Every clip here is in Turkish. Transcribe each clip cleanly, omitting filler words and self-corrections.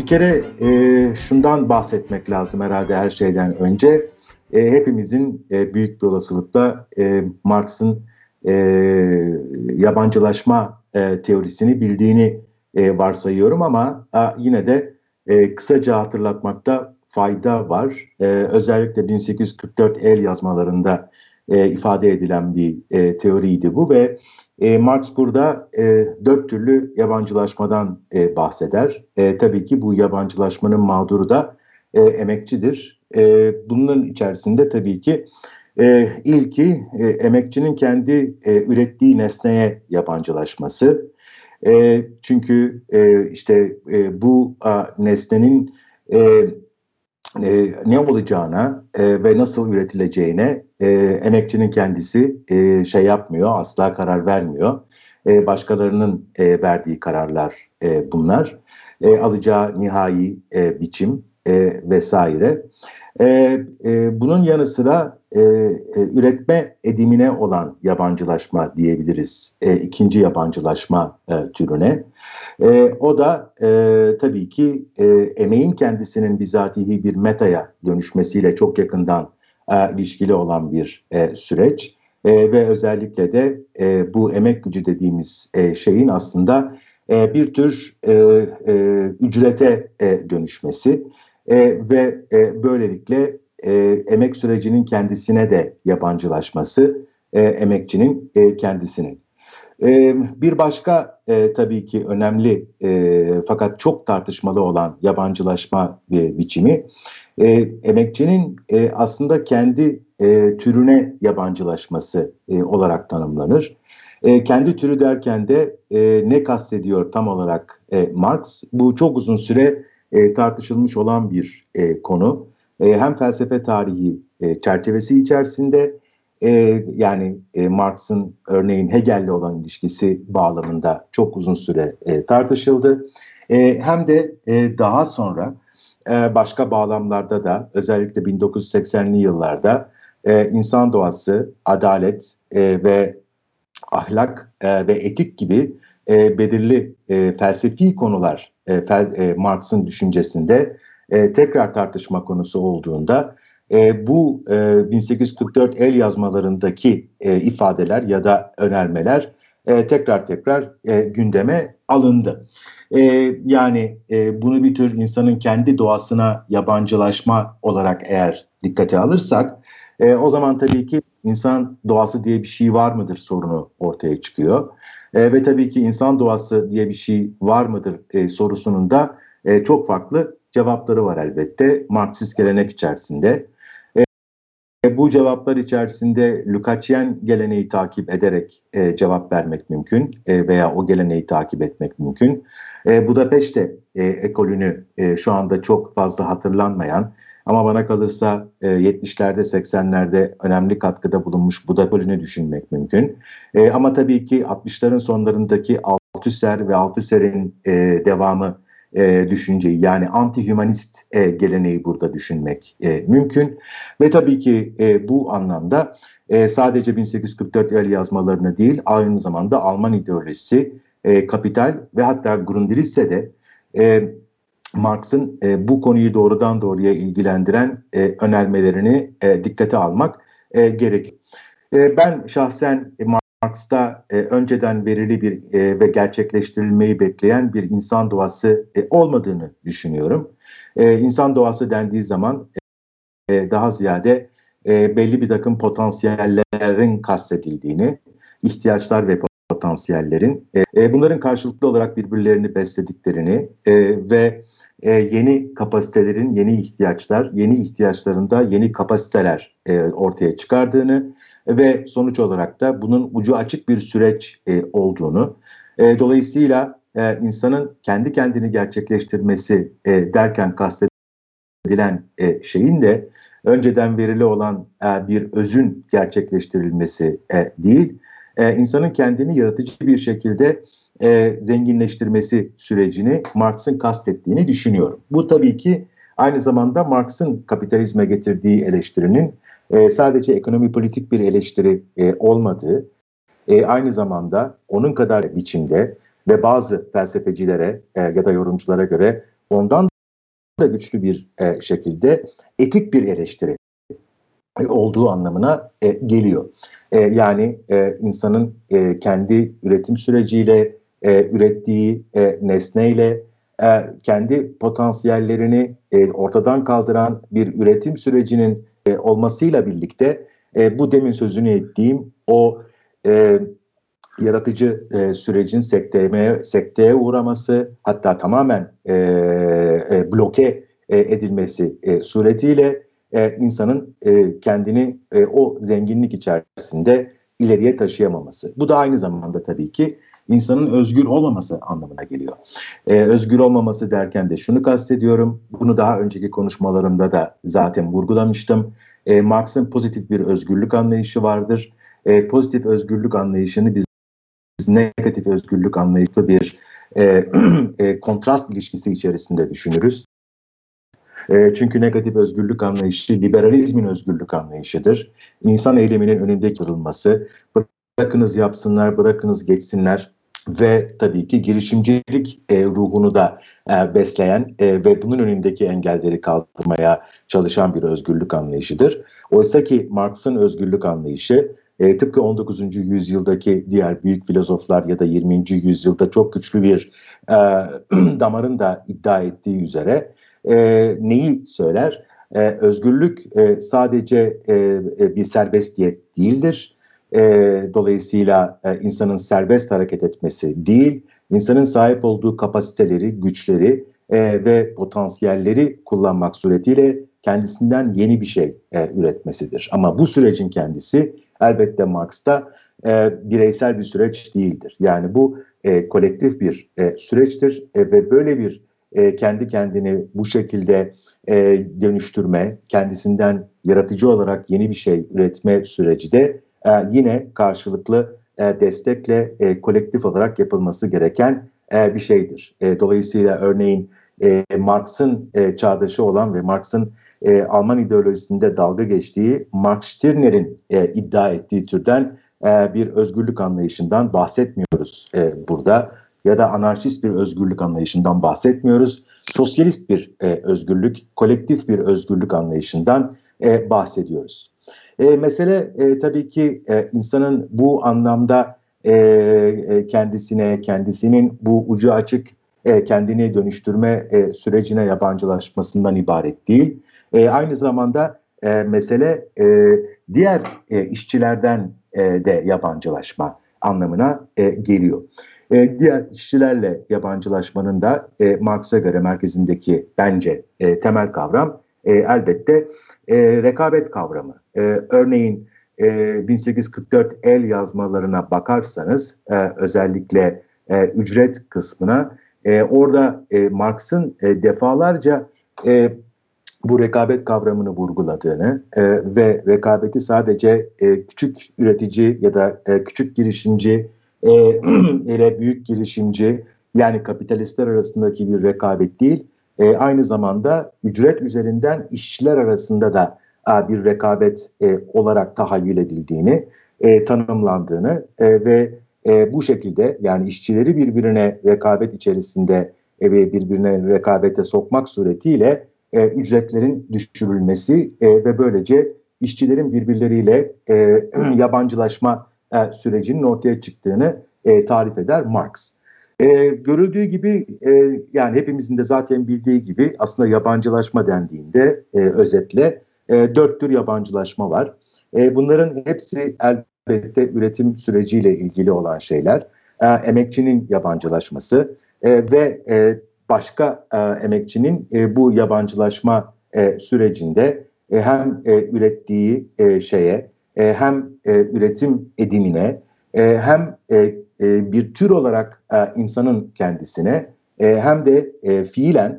Bir kere şundan bahsetmek lazım herhalde her şeyden önce. Hepimizin büyük bir olasılıkla Marx'ın e, yabancılaşma teorisini bildiğini varsayıyorum ama yine de kısaca hatırlatmakta fayda var. Özellikle 1844 el yazmalarında ifade edilen bir teoriydi bu ve Marx burada dört türlü yabancılaşmadan bahseder. Tabii ki bu yabancılaşmanın mağduru da emekçidir. Bunların içerisinde tabii ki ilki emekçinin kendi ürettiği nesneye yabancılaşması. Çünkü işte bu nesnenin e, ne olacağına ve nasıl üretileceğine emekçinin kendisi şey yapmıyor, asla karar vermiyor. Başkalarının verdiği kararlar bunlar. Alacağı nihai biçim vesaire. Bunun yanı sıra üretme edimine olan yabancılaşma diyebiliriz. İkinci yabancılaşma türüne. O da tabii ki emeğin kendisinin bizatihi bir metaya dönüşmesiyle çok yakından ilişkili olan bir süreç. Ve özellikle de bu emek gücü dediğimiz şeyin aslında bir tür ücrete dönüşmesi ve böylelikle emek sürecinin kendisine de yabancılaşması, emekçinin kendisinin. Bir başka tabii ki önemli fakat çok tartışmalı olan yabancılaşma biçimi emekçinin aslında kendi türüne yabancılaşması olarak tanımlanır. Kendi türü derken de ne kastediyor tam olarak Marx? Bu çok uzun süre tartışılmış olan bir konu. Hem felsefe tarihi çerçevesi içerisinde yani Marx'ın örneğin Hegel'le olan ilişkisi bağlamında çok uzun süre tartışıldı. Hem de daha sonra başka bağlamlarda da özellikle 1980'li yıllarda insan doğası, adalet ve ahlak ve etik gibi belirli felsefi konular Marx'ın düşüncesinde tekrar tartışma konusu olduğunda bu 1844 el yazmalarındaki ifadeler ya da önermeler tekrar tekrar gündeme alındı. Yani bunu bir tür insanın kendi doğasına yabancılaşma olarak eğer dikkate alırsak o zaman tabii ki insan doğası diye bir şey var mıdır sorunu ortaya çıkıyor. Ve tabii ki insan doğası diye bir şey var mıdır sorusunun da çok farklı cevapları var elbette Marksist gelenek içerisinde. Bu cevaplar içerisinde Lukácsian geleneği takip ederek cevap vermek mümkün veya o geleneği takip etmek mümkün. Budapeşte ekolünü şu anda çok fazla hatırlanmayan ama bana kalırsa 70'lerde 80'lerde önemli katkıda bulunmuş Buda ekolünü düşünmek mümkün. Ama tabii ki 60'ların sonlarındaki Althusser ve Althusser'in devamı düşünceyi yani anti-hümanist geleneği burada düşünmek mümkün. Ve tabii ki bu anlamda sadece 1844 el yazmalarını değil aynı zamanda Alman ideolojisi, Kapital ve hatta Grundrisse'de Marx'ın bu konuyu doğrudan doğruya ilgilendiren önermelerini dikkate almak gerekiyor. Ben şahsen Marx'ta önceden verili bir ve gerçekleştirilmeyi bekleyen bir insan doğası olmadığını düşünüyorum. İnsan doğası dendiği zaman daha ziyade belli bir takım potansiyellerin kastedildiğini, ihtiyaçlar ve potansiyellerin bunların karşılıklı olarak birbirlerini beslediklerini ve yeni kapasitelerin, yeni ihtiyaçlar, yeni ihtiyaçlarında yeni kapasiteler ortaya çıkardığını ve sonuç olarak da bunun ucu açık bir süreç olduğunu, dolayısıyla insanın kendi kendini gerçekleştirmesi derken kastedilen şeyin de önceden verili olan bir özün gerçekleştirilmesi değil, insanın kendini yaratıcı bir şekilde zenginleştirmesi sürecini Marx'ın kastettiğini düşünüyorum. Bu tabii ki aynı zamanda Marx'ın kapitalizme getirdiği eleştirinin sadece ekonomi politik bir eleştiri olmadığı, aynı zamanda onun kadar biçimde ve bazı felsefecilere ya da yorumculara göre ondan da güçlü bir şekilde etik bir eleştiri olduğu anlamına geliyor. Yani insanın kendi üretim süreciyle, ürettiği nesneyle, kendi potansiyellerini ortadan kaldıran bir üretim sürecinin olmasıyla birlikte bu demin sözünü ettiğim o e, yaratıcı sürecin sekteye uğraması, hatta tamamen bloke edilmesi suretiyle insanın kendini o zenginlik içerisinde ileriye taşıyamaması. Bu da aynı zamanda tabii ki insanın özgür olmaması anlamına geliyor. Özgür olmaması derken de şunu kastediyorum. Bunu daha önceki konuşmalarımda da zaten vurgulamıştım. Marx'ın pozitif bir özgürlük anlayışı vardır. Pozitif özgürlük anlayışını biz negatif özgürlük anlayışlı bir kontrast ilişkisi içerisinde düşünürüz. Çünkü negatif özgürlük anlayışı liberalizmin özgürlük anlayışıdır. İnsan eyleminin önünde kırılması, bırakınız yapsınlar, bırakınız geçsinler ve tabii ki girişimcilik ruhunu da besleyen ve bunun önündeki engelleri kaldırmaya çalışan bir özgürlük anlayışıdır. Oysa ki Marx'ın özgürlük anlayışı tıpkı 19. yüzyıldaki diğer büyük filozoflar ya da 20. yüzyılda çok güçlü bir damarın da iddia ettiği üzere neyi söyler? Özgürlük sadece bir serbestiyet değildir. Dolayısıyla insanın serbest hareket etmesi değil, insanın sahip olduğu kapasiteleri, güçleri ve potansiyelleri kullanmak suretiyle kendisinden yeni bir şey üretmesidir. Ama bu sürecin kendisi elbette Marx'ta bireysel bir süreç değildir. Yani bu kolektif bir süreçtir ve böyle bir kendi kendini bu şekilde dönüştürme, kendisinden yaratıcı olarak yeni bir şey üretme süreci de yine karşılıklı destekle kolektif olarak yapılması gereken bir şeydir. Dolayısıyla örneğin Marx'ın çağdaşı olan ve Marx'ın Alman ideolojisinde dalga geçtiği Max Stirner'in iddia ettiği türden bir özgürlük anlayışından bahsetmiyoruz burada. Ya da anarşist bir özgürlük anlayışından bahsetmiyoruz. Sosyalist bir özgürlük, kolektif bir özgürlük anlayışından bahsediyoruz. Mesele tabii ki insanın bu anlamda kendisinin bu ucu açık kendini dönüştürme sürecine yabancılaşmasından ibaret değil. Aynı zamanda mesele diğer işçilerden de yabancılaşma anlamına geliyor. Diğer işçilerle yabancılaşmanın da Marx'a göre merkezindeki bence temel kavram elbette rekabet kavramı. Örneğin 1844 el yazmalarına bakarsanız özellikle ücret kısmına orada Marx'ın defalarca bu rekabet kavramını vurguladığını ve rekabeti sadece küçük üretici ya da küçük girişimci ile büyük girişimci yani kapitalistler arasındaki bir rekabet değil, aynı zamanda ücret üzerinden işçiler arasında da bir rekabet olarak tahayyül edildiğini, tanımlandığını ve bu şekilde yani işçileri birbirine rekabet içerisinde ve birbirine rekabete sokmak suretiyle ücretlerin düşürülmesi ve böylece işçilerin birbirleriyle yabancılaşma sürecinin ortaya çıktığını tarif eder Marx. Görüldüğü gibi yani hepimizin de zaten bildiği gibi aslında yabancılaşma dendiğinde özetle dört tür yabancılaşma var. Bunların hepsi elbette üretim süreciyle ilgili olan şeyler. Emekçinin yabancılaşması ve başka emekçinin bu yabancılaşma sürecinde hem ürettiği şeye hem üretim edimine hem bir tür olarak insanın kendisine hem de fiilen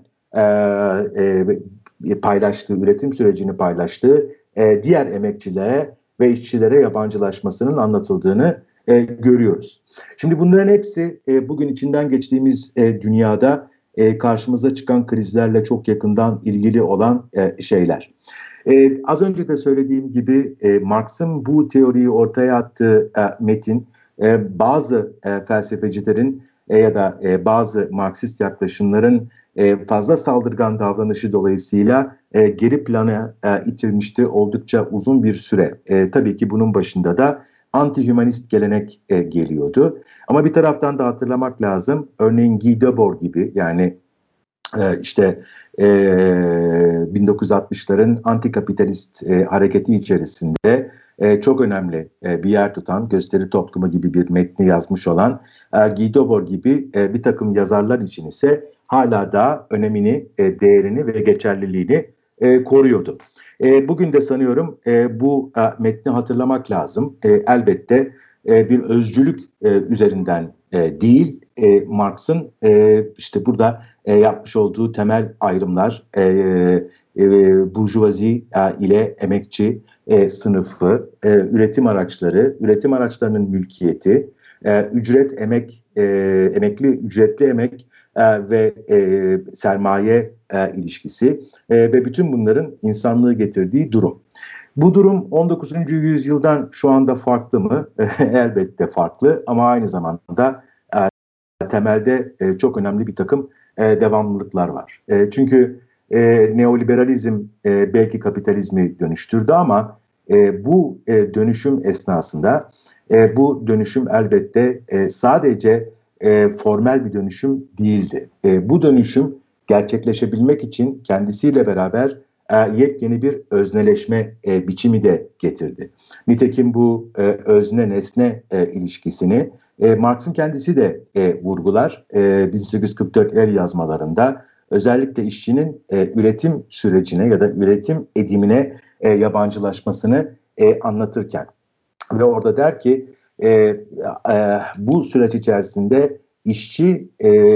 paylaştığı, üretim sürecini paylaştığı diğer emekçilere ve işçilere yabancılaşmasının anlatıldığını görüyoruz. Şimdi bunların hepsi bugün içinden geçtiğimiz dünyada karşımıza çıkan krizlerle çok yakından ilgili olan şeyler. Az önce de söylediğim gibi Marx'ın bu teoriyi ortaya attığı metin bazı felsefecilerin ya da bazı Marksist yaklaşımların fazla saldırgan davranışı dolayısıyla geri plana itilmişti oldukça uzun bir süre. Tabii ki bunun başında da anti-hümanist gelenek geliyordu. Ama bir taraftan da hatırlamak lazım. Örneğin Guy Debord gibi yani işte 1960'ların antikapitalist hareketi içerisinde çok önemli bir yer tutan Gösteri Toplumu gibi bir metni yazmış olan Guy Debord gibi bir takım yazarlar için ise hala daha önemini, değerini ve geçerliliğini koruyordu. Bugün de sanıyorum bu metni hatırlamak lazım. Elbette bir özcülük üzerinden değil, Marx'ın işte burada yapmış olduğu temel ayrımlar burjuvazi ile emekçi sınıfı, üretim araçları, üretim araçlarının mülkiyeti, ücret, emek, emekli, ücretli emek ve sermaye ilişkisi ve bütün bunların insanlığı getirdiği durum. Bu durum 19. yüzyıldan şu anda farklı mı? Elbette farklı ama aynı zamanda temelde çok önemli bir takım devamlılıklar var. Çünkü neoliberalizm belki kapitalizmi dönüştürdü ama bu dönüşüm esnasında bu dönüşüm elbette sadece formel bir dönüşüm değildi. Bu dönüşüm gerçekleşebilmek için kendisiyle beraber yepyeni bir özneleşme biçimi de getirdi. Nitekim bu özne-nesne ilişkisini Marx'ın kendisi de vurgular. 1844 el yazmalarında özellikle işçinin üretim sürecine ya da üretim edimine yabancılaşmasını anlatırken. Ve orada der ki bu süreç içerisinde işçi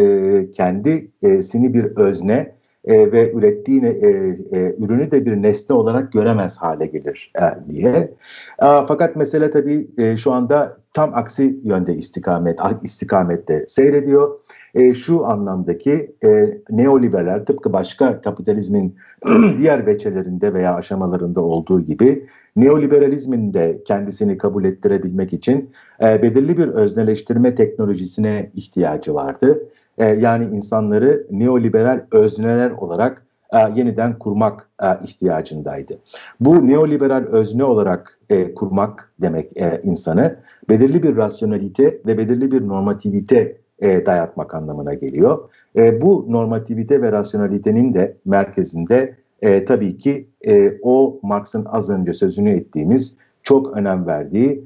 kendisini bir özne ve ürettiği ürünü de bir nesne olarak göremez hale gelir diye. Fakat mesele tabii şu anda tam aksi yönde istikamette seyrediyor. Şu anlamdaki neoliberal tıpkı başka kapitalizmin diğer veçelerinde veya aşamalarında olduğu gibi neoliberalizmin de kendisini kabul ettirebilmek için belirli bir özneleştirme teknolojisine ihtiyacı vardı. Yani insanları neoliberal özneler olarak yeniden kurmak ihtiyacındaydı. Bu neoliberal özne olarak kurmak demek insanı belirli bir rasyonalite ve belirli bir normativite dayatmak anlamına geliyor. Bu normativite ve rasyonalitenin de merkezinde tabii ki o Marx'ın az önce sözünü ettiğimiz çok önem verdiği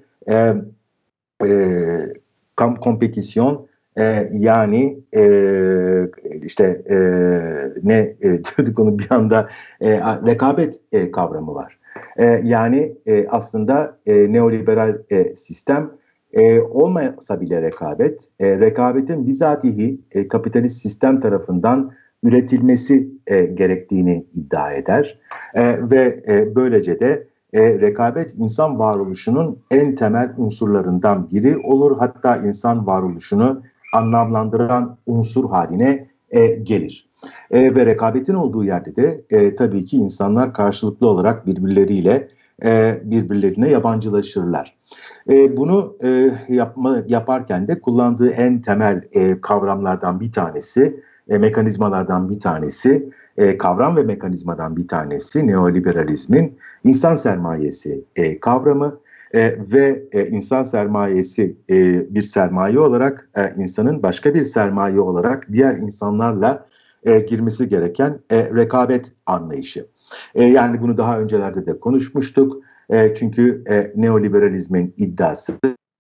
kompetisyon yani işte ne diyorduk onu bir anda rekabet kavramı var. Yani aslında neoliberal sistem olmasa bile rekabetin bizatihi kapitalist sistem tarafından üretilmesi gerektiğini iddia eder ve böylece de rekabet insan varoluşunun en temel unsurlarından biri olur. Hatta insan varoluşunu anlamlandıran unsur haline gelir. Ve rekabetin olduğu yerde de tabii ki insanlar karşılıklı olarak birbirlerine yabancılaşırlar. Bunu yaparken de kullandığı en temel kavramlardan bir tanesi, mekanizmalardan bir tanesi, kavram ve mekanizmadan bir tanesi neoliberalizmin insan sermayesi kavramı ve insan sermayesi bir sermaye olarak insanın başka bir sermaye olarak diğer insanlarla girmesi gereken rekabet anlayışı. Yani bunu daha öncelerde de konuşmuştuk. Çünkü neoliberalizmin iddiası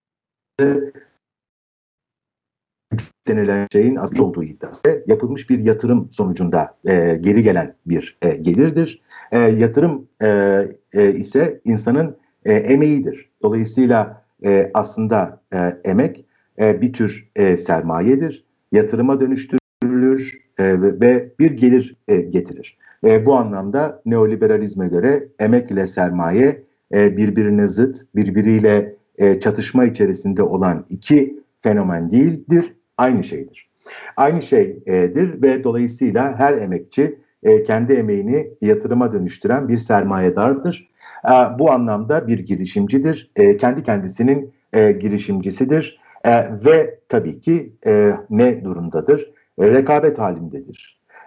denilen şeyin asıl olduğu iddiası yapılmış bir yatırım sonucunda geri gelen bir gelirdir. Yatırım ise insanın emeğidir. Dolayısıyla aslında emek bir tür sermayedir. Yatırıma dönüştürülür ve bir gelir getirir. Bu anlamda neoliberalizme göre emek ile sermaye birbirine zıt, birbiriyle çatışma içerisinde olan iki fenomen değildir, aynı şeydir. Aynı şeydir ve dolayısıyla her emekçi kendi emeğini yatırıma dönüştüren bir sermayedardır. Bu anlamda bir girişimcidir, kendi kendisinin girişimcisidir ve tabii ki ne durumdadır? Rekabet halindedir.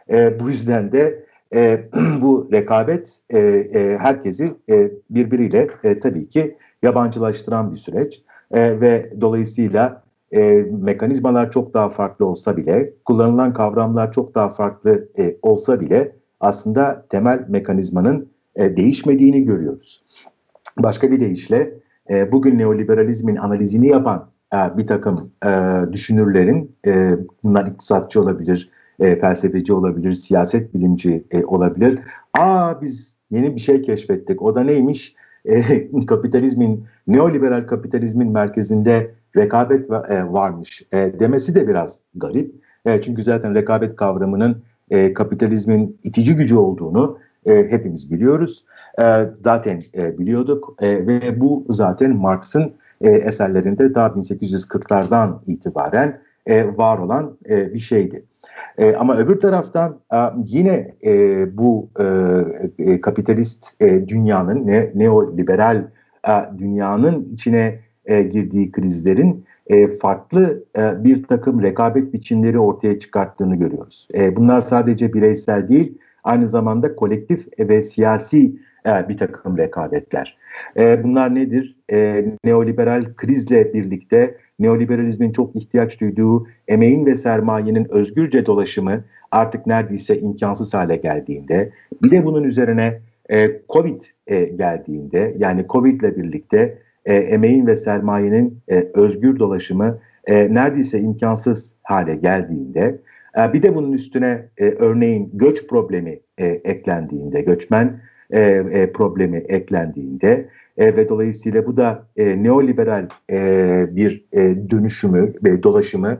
Bu yüzden de bu rekabet herkesi birbiriyle tabii ki yabancılaştıran bir süreç. Ve dolayısıyla mekanizmalar çok daha farklı olsa bile, kullanılan kavramlar çok daha farklı olsa bile aslında temel mekanizmanın değişmediğini görüyoruz. Başka bir deyişle bugün neoliberalizmin analizini yapan bir takım düşünürlerin, bunlar iktisatçı olabilir, felsefeci olabilir, siyaset bilimci olabilir. Biz yeni bir şey keşfettik. O da neymiş? Kapitalizmin, neoliberal kapitalizmin merkezinde rekabet varmış demesi de biraz garip. Çünkü zaten rekabet kavramının kapitalizmin itici gücü olduğunu hepimiz biliyoruz. Zaten biliyorduk ve bu zaten Marx'ın eserlerinde daha 1840'lardan itibaren var olan bir şeydi. Ama öbür taraftan yine bu kapitalist dünyanın, neoliberal dünyanın içine girdiği krizlerin farklı bir takım rekabet biçimleri ortaya çıkarttığını görüyoruz. Bunlar sadece bireysel değil, aynı zamanda kolektif ve siyasi bir takım rekabetler. Bunlar nedir? Neoliberal krizle birlikte neoliberalizmin çok ihtiyaç duyduğu emeğin ve sermayenin özgürce dolaşımı artık neredeyse imkansız hale geldiğinde, bir de bunun üzerine Covid geldiğinde, yani Covid ile birlikte emeğin ve sermayenin özgür dolaşımı neredeyse imkansız hale geldiğinde, bir de bunun üstüne örneğin göç problemi eklendiğinde, göçmen problemi eklendiğinde ve dolayısıyla bu da neoliberal bir dönüşümü ve dolaşımı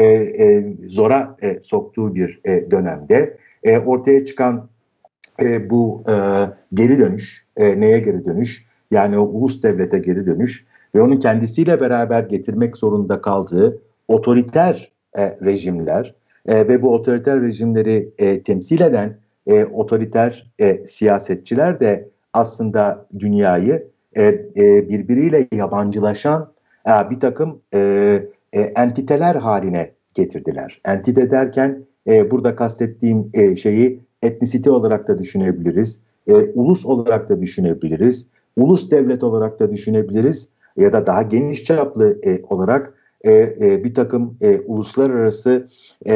zora soktuğu bir dönemde ortaya çıkan bu geri dönüş, neye geri dönüş? Yani o ulus devlete geri dönüş ve onun kendisiyle beraber getirmek zorunda kaldığı otoriter rejimler ve bu otoriter rejimleri temsil eden otoriter siyasetçiler de aslında dünyayı birbiriyle yabancılaşan bir takım entiteler haline getirdiler. Entite derken burada kastettiğim şeyi etnisite olarak da düşünebiliriz, ulus olarak da düşünebiliriz, ulus devlet olarak da düşünebiliriz ya da daha geniş çaplı olarak bir takım uluslararası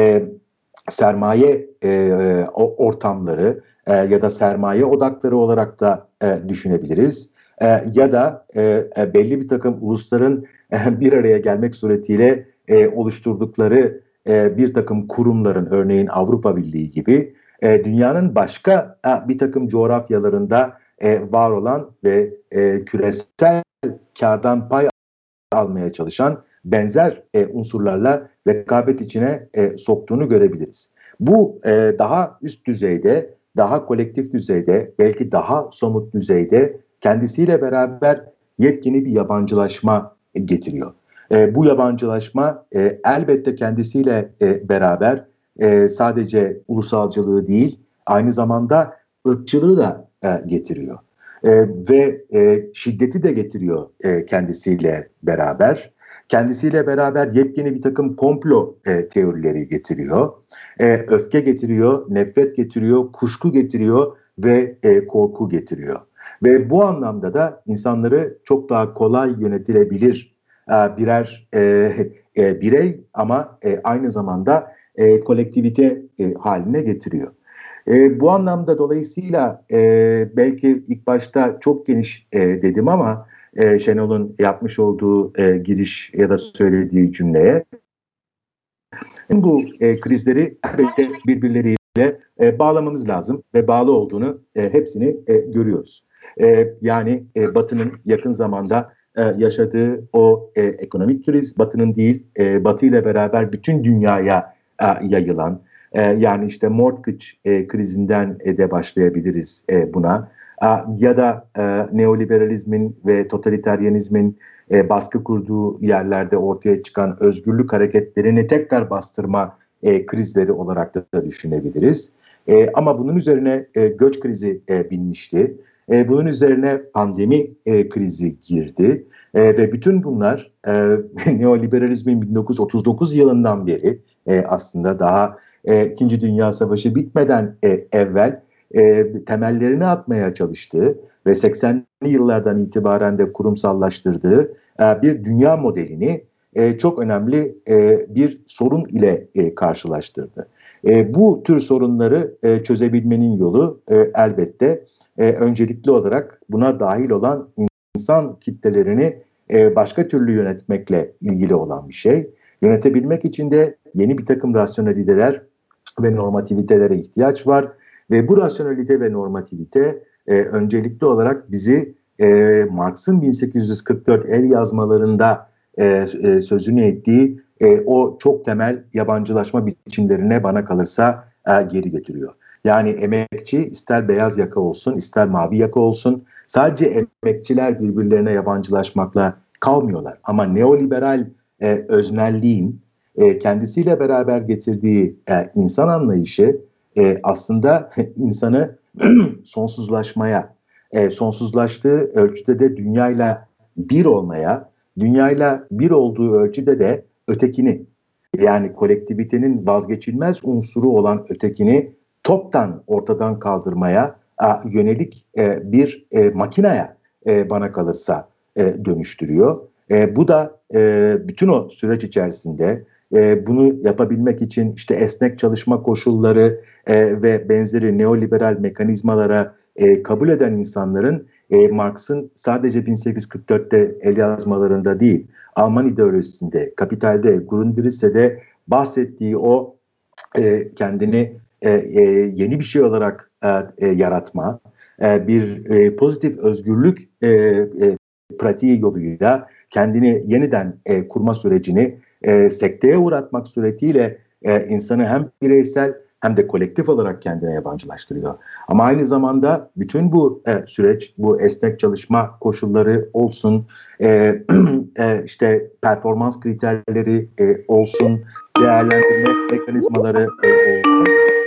sermaye ortamları ya da sermaye odakları olarak da düşünebiliriz. Ya da belli bir takım ulusların bir araya gelmek suretiyle oluşturdukları bir takım kurumların, örneğin Avrupa Birliği gibi dünyanın başka bir takım coğrafyalarında var olan ve küresel kardan pay almaya çalışan benzer unsurlarla rekabet içine soktuğunu görebiliriz. Bu daha üst düzeyde, daha kolektif düzeyde, belki daha somut düzeyde kendisiyle beraber yepyeni bir yabancılaşma getiriyor. Bu yabancılaşma elbette kendisiyle beraber sadece ulusalcılığı değil, aynı zamanda ırkçılığı da getiriyor. Ve şiddeti de getiriyor kendisiyle beraber. Kendisiyle beraber yepyeni bir takım komplo teorileri getiriyor. Öfke getiriyor, nefret getiriyor, kuşku getiriyor ve korku getiriyor. Ve bu anlamda da insanları çok daha kolay yönetilebilir birer birey ama aynı zamanda kolektivite haline getiriyor. Bu anlamda dolayısıyla belki ilk başta çok geniş dedim ama Şenol'un yapmış olduğu giriş ya da söylediği cümleye bu krizleri elbette birbirleriyle bağlamamız lazım ve bağlı olduğunu hepsini görüyoruz. Yani Batı'nın yakın zamanda yaşadığı o ekonomik kriz, Batı'nın değil, Batı ile beraber bütün dünyaya yayılan, yani işte mortgage krizinden de başlayabiliriz buna. Ya da neoliberalizmin ve totaliteryenizmin baskı kurduğu yerlerde ortaya çıkan özgürlük hareketlerini tekrar bastırma krizleri olarak da düşünebiliriz. Ama bunun üzerine göç krizi binmişti. Bunun üzerine pandemi krizi girdi. Ve bütün bunlar neoliberalizmin 1939 yılından beri aslında daha İkinci Dünya Savaşı bitmeden evvel temellerini atmaya çalıştığı ve 80'li yıllardan itibaren de kurumsallaştırdığı bir dünya modelini çok önemli bir sorun ile karşılaştırdı. Bu tür sorunları çözebilmenin yolu elbette öncelikli olarak buna dahil olan insan kitlelerini başka türlü yönetmekle ilgili olan bir şey. Yönetebilmek için de yeni bir takım rasyoneliteler ve normativitelere ihtiyaç var. Ve bu rasyonelite ve normativite öncelikli olarak bizi Marx'ın 1844 el yazmalarında sözünü ettiği o çok temel yabancılaşma biçimlerine bana kalırsa geri getiriyor. Yani emekçi ister beyaz yaka olsun ister mavi yaka olsun sadece emekçiler birbirlerine yabancılaşmakla kalmıyorlar. Ama neoliberal öznelliğin kendisiyle beraber getirdiği insan anlayışı aslında insanı sonsuzlaşmaya, sonsuzlaştığı ölçüde de dünyayla bir olmaya, dünyayla bir olduğu ölçüde de ötekini, yani kolektivitenin vazgeçilmez unsuru olan ötekini toptan ortadan kaldırmaya yönelik bir makinaya bana kalırsa dönüştürüyor. Bu da bütün o süreç içerisinde bunu yapabilmek için işte esnek çalışma koşulları ve benzeri neoliberal mekanizmalara kabul eden insanların Marx'ın sadece 1844'te el yazmalarında değil, Alman ideolojisinde, Kapital'de, Grundrisse'de bahsettiği o kendini yeni bir şey olarak yaratma, bir pozitif özgürlük pratiği yoluyla kendini yeniden kurma sürecini sekteye uğratmak suretiyle insanı hem bireysel hem de kolektif olarak kendine yabancılaştırıyor. Ama aynı zamanda bütün bu süreç, bu esnek çalışma koşulları olsun, işte performans kriterleri olsun, değerlendirme mekanizmaları olsun.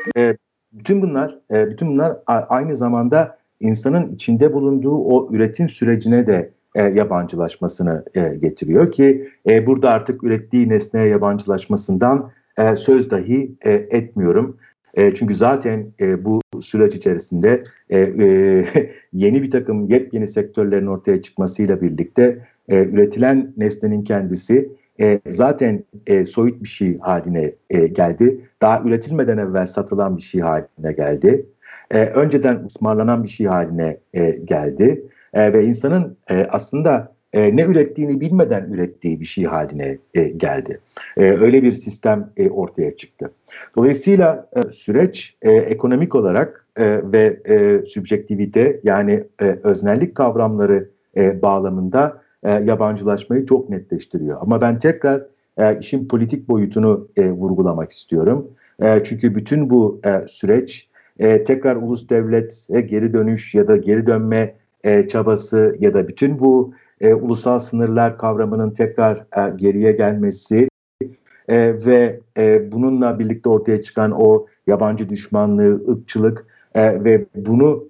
Bütün bunlar aynı zamanda insanın içinde bulunduğu o üretim sürecine de yabancılaşmasını getiriyor ki burada artık ürettiği nesneye yabancılaşmasından söz dahi etmiyorum. Çünkü zaten bu süreç içerisinde yeni bir takım yepyeni sektörlerin ortaya çıkmasıyla birlikte üretilen nesnenin kendisi zaten soyut bir şey haline geldi. Daha üretilmeden evvel satılan bir şey haline geldi. Önceden ısmarlanan bir şey haline geldi. Ve insanın aslında ne ürettiğini bilmeden ürettiği bir şey haline geldi. Öyle bir sistem ortaya çıktı. Dolayısıyla süreç ekonomik olarak ve sübjektivite yani öznellik kavramları bağlamında yabancılaşmayı çok netleştiriyor. Ama ben tekrar işin politik boyutunu vurgulamak istiyorum. Çünkü bütün bu süreç tekrar ulus devlete geri dönüş ya da geri dönme çabası ya da bütün bu ulusal sınırlar kavramının tekrar geriye gelmesi ve bununla birlikte ortaya çıkan o yabancı düşmanlığı, ırkçılık ve bunu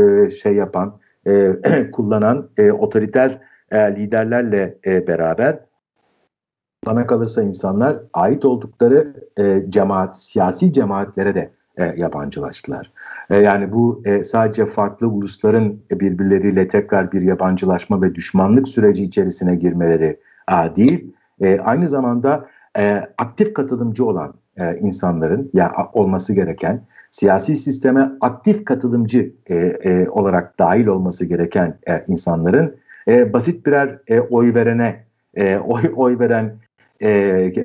kullanan otoriter liderlerle beraber bana kalırsa insanlar ait oldukları siyasi cemaatlere de yabancılaştılar. Yani bu sadece farklı ulusların birbirleriyle tekrar bir yabancılaşma ve düşmanlık süreci içerisine girmeleri değil, aynı zamanda aktif katılımcı olan insanların olması gereken, siyasi sisteme aktif katılımcı olarak dahil olması gereken insanların basit birer oy verene, oy veren e,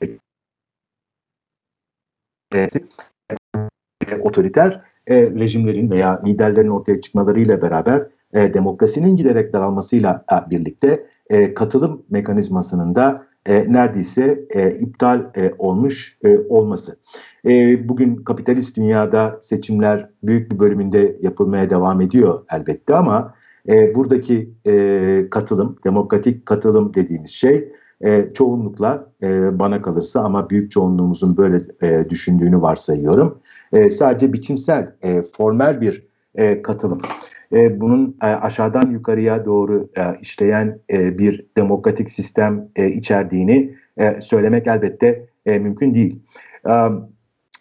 otoriter rejimlerin veya liderlerin ortaya çıkmalarıyla beraber demokrasinin giderek daralmasıyla birlikte katılım mekanizmasının da neredeyse iptal olmuş olması. Bugün kapitalist dünyada seçimler büyük bir bölümünde yapılmaya devam ediyor elbette ama buradaki katılım, demokratik katılım dediğimiz şey çoğunlukla bana kalırsa ama büyük çoğunluğumuzun böyle düşündüğünü varsayıyorum. Sadece biçimsel, formel bir katılım. Bunun aşağıdan yukarıya doğru işleyen bir demokratik sistem içerdiğini söylemek elbette mümkün değil.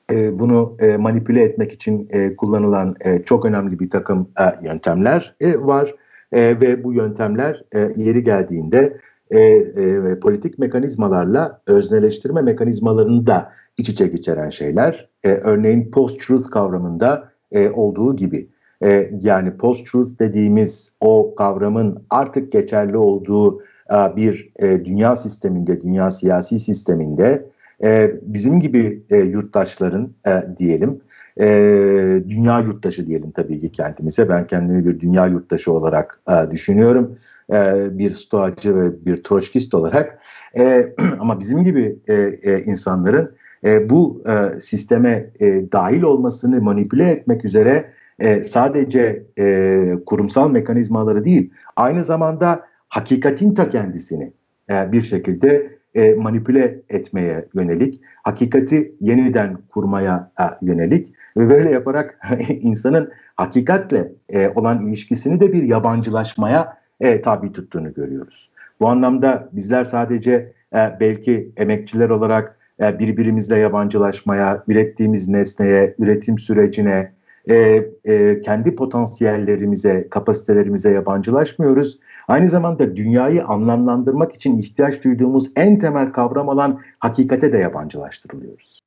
bunu manipüle etmek için kullanılan çok önemli bir takım yöntemler var. Ve bu yöntemler yeri geldiğinde politik mekanizmalarla özneleştirme mekanizmalarını da iç içe geçiren şeyler. Örneğin post-truth kavramında olduğu gibi. Yani post-truth dediğimiz o kavramın artık geçerli olduğu bir dünya sisteminde, dünya siyasi sisteminde bizim gibi yurttaşların diyelim, dünya yurttaşı diyelim tabii ki kendimize. Ben kendimi bir dünya yurttaşı olarak düşünüyorum. Bir stoacı ve bir troçkist olarak. Ama bizim gibi insanların bu sisteme dahil olmasını manipüle etmek üzere sadece kurumsal mekanizmaları değil, aynı zamanda hakikatin ta kendisini bir şekilde manipüle etmeye yönelik, hakikati yeniden kurmaya yönelik ve böyle yaparak insanın hakikatle olan ilişkisini de bir yabancılaşmaya tabi tuttuğunu görüyoruz. Bu anlamda bizler sadece belki emekçiler olarak birbirimizle yabancılaşmaya, ürettiğimiz nesneye, üretim sürecine, kendi potansiyellerimize, kapasitelerimize yabancılaşmıyoruz. Aynı zamanda dünyayı anlamlandırmak için ihtiyaç duyduğumuz en temel kavram olan hakikate de yabancılaştırılıyoruz.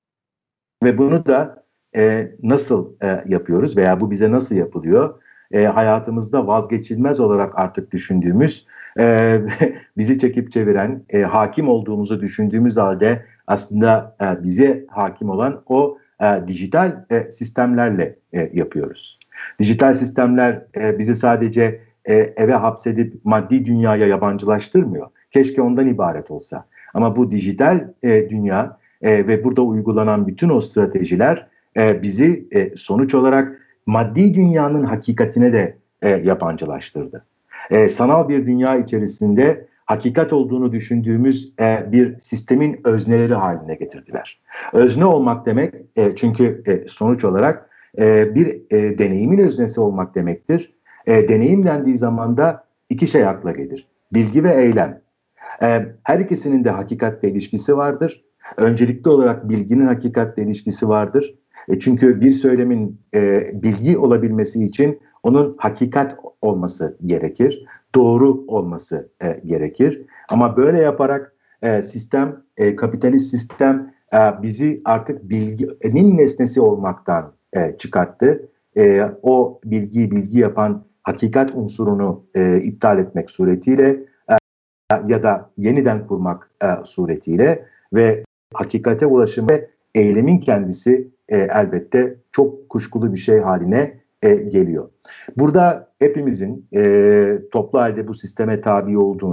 Ve bunu da nasıl yapıyoruz veya bu bize nasıl yapılıyor? Hayatımızda vazgeçilmez olarak artık düşündüğümüz, bizi çekip çeviren, hakim olduğumuzu düşündüğümüz halde aslında bize hakim olan o dijital sistemlerle yapıyoruz. Dijital sistemler bizi sadece eve hapsedip maddi dünyaya yabancılaştırmıyor. Keşke ondan ibaret olsa. Ama bu dijital dünya ve burada uygulanan bütün o stratejiler bizi sonuç olarak maddi dünyanın hakikatine de yabancılaştırdı. Sanal bir dünya içerisinde hakikat olduğunu düşündüğümüz bir sistemin özneleri haline getirdiler. Özne olmak demek çünkü sonuç olarak bir deneyimin öznesi olmak demektir. Deneyim dendiği zaman da iki şey akla gelir. Bilgi ve eylem. Her ikisinin de hakikatle ilişkisi vardır. Öncelikli olarak bilginin hakikatle ilişkisi vardır. Çünkü bir söylemin bilgi olabilmesi için onun hakikat olması gerekir. Doğru olması gerekir. Ama böyle yaparak sistem, kapitalist sistem bizi artık bilginin nesnesi olmaktan çıkarttı. O bilgi yapan hakikat unsurunu iptal etmek suretiyle ya da yeniden kurmak suretiyle ve hakikate ulaşım ve eylemin kendisi elbette çok kuşkulu bir şey haline geliyor. Burada hepimizin toplu halde bu sisteme tabi olduğunu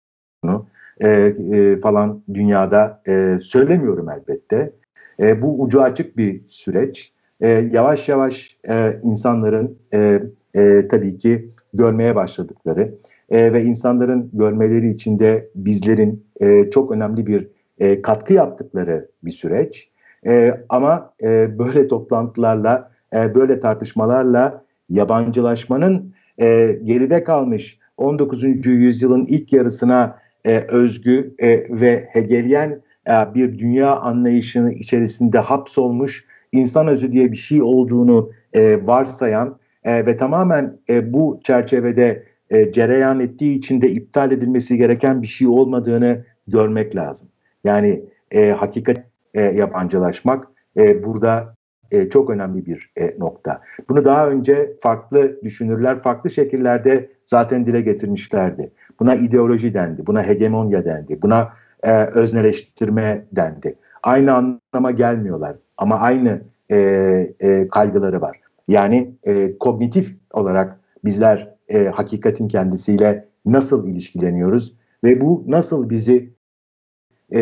falan dünyada söylemiyorum elbette. Bu ucu açık bir süreç. Yavaş yavaş insanların tabii ki görmeye başladıkları ve insanların görmeleri için de bizlerin çok önemli bir katkı yaptıkları bir süreç. Ama böyle toplantılarla, böyle tartışmalarla yabancılaşmanın geride kalmış 19. yüzyılın ilk yarısına özgü ve Hegelyen bir dünya anlayışının içerisinde hapsolmuş insan özü diye bir şey olduğunu varsayan ve tamamen bu çerçevede cereyan ettiği için de iptal edilmesi gereken bir şey olmadığını görmek lazım. Yani hakikat yabancılaşmak burada çok önemli bir nokta. Bunu daha önce farklı düşünürler farklı şekillerde zaten dile getirmişlerdi. Buna ideoloji dendi, buna hegemonya dendi, buna özneleştirme dendi. Aynı anlama gelmiyorlar ama aynı kaygıları var. Yani kognitif olarak bizler hakikatin kendisiyle nasıl ilişkileniyoruz ve bu nasıl bizi e,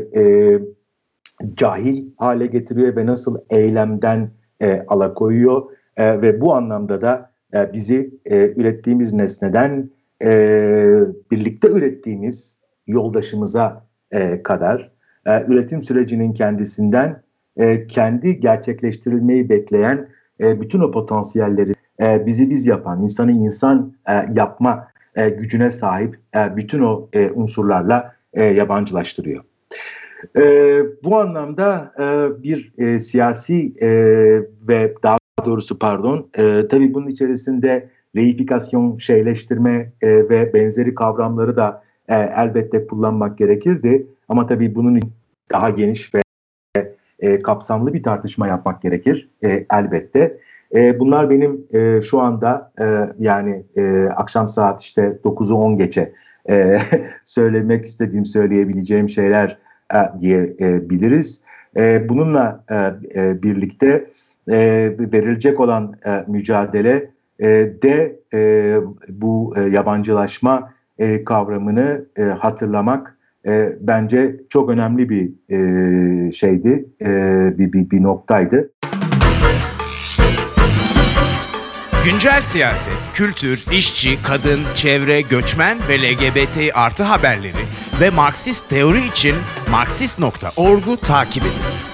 cahil hale getiriyor ve nasıl eylemden alakoyuyor ve bu anlamda da bizi ürettiğimiz nesneden birlikte ürettiğimiz yoldaşımıza kadar üretim sürecinin kendisinden kendi gerçekleştirilmeyi bekleyen bütün o potansiyelleri bizi biz yapan, insanı insan yapma gücüne sahip bütün o unsurlarla yabancılaştırıyor. Bu anlamda bir siyasi ve daha doğrusu tabii bunun içerisinde reifikasyon, şeyleştirme ve benzeri kavramları da elbette kullanmak gerekirdi. Ama tabii bunun daha geniş ve kapsamlı bir tartışma yapmak gerekir elbette. Bunlar benim şu anda yani akşam saat işte 9'u 10 geçe söyleyebileceğim şeyler diyebiliriz. Bununla birlikte verilecek olan mücadele bu yabancılaşma kavramını hatırlamak bence çok önemli bir şeydi, bir noktaydı. Güncel siyaset, kültür, işçi, kadın, çevre, göçmen ve LGBT artı haberleri ve Marksist teori için Marksist.org'u takip edin.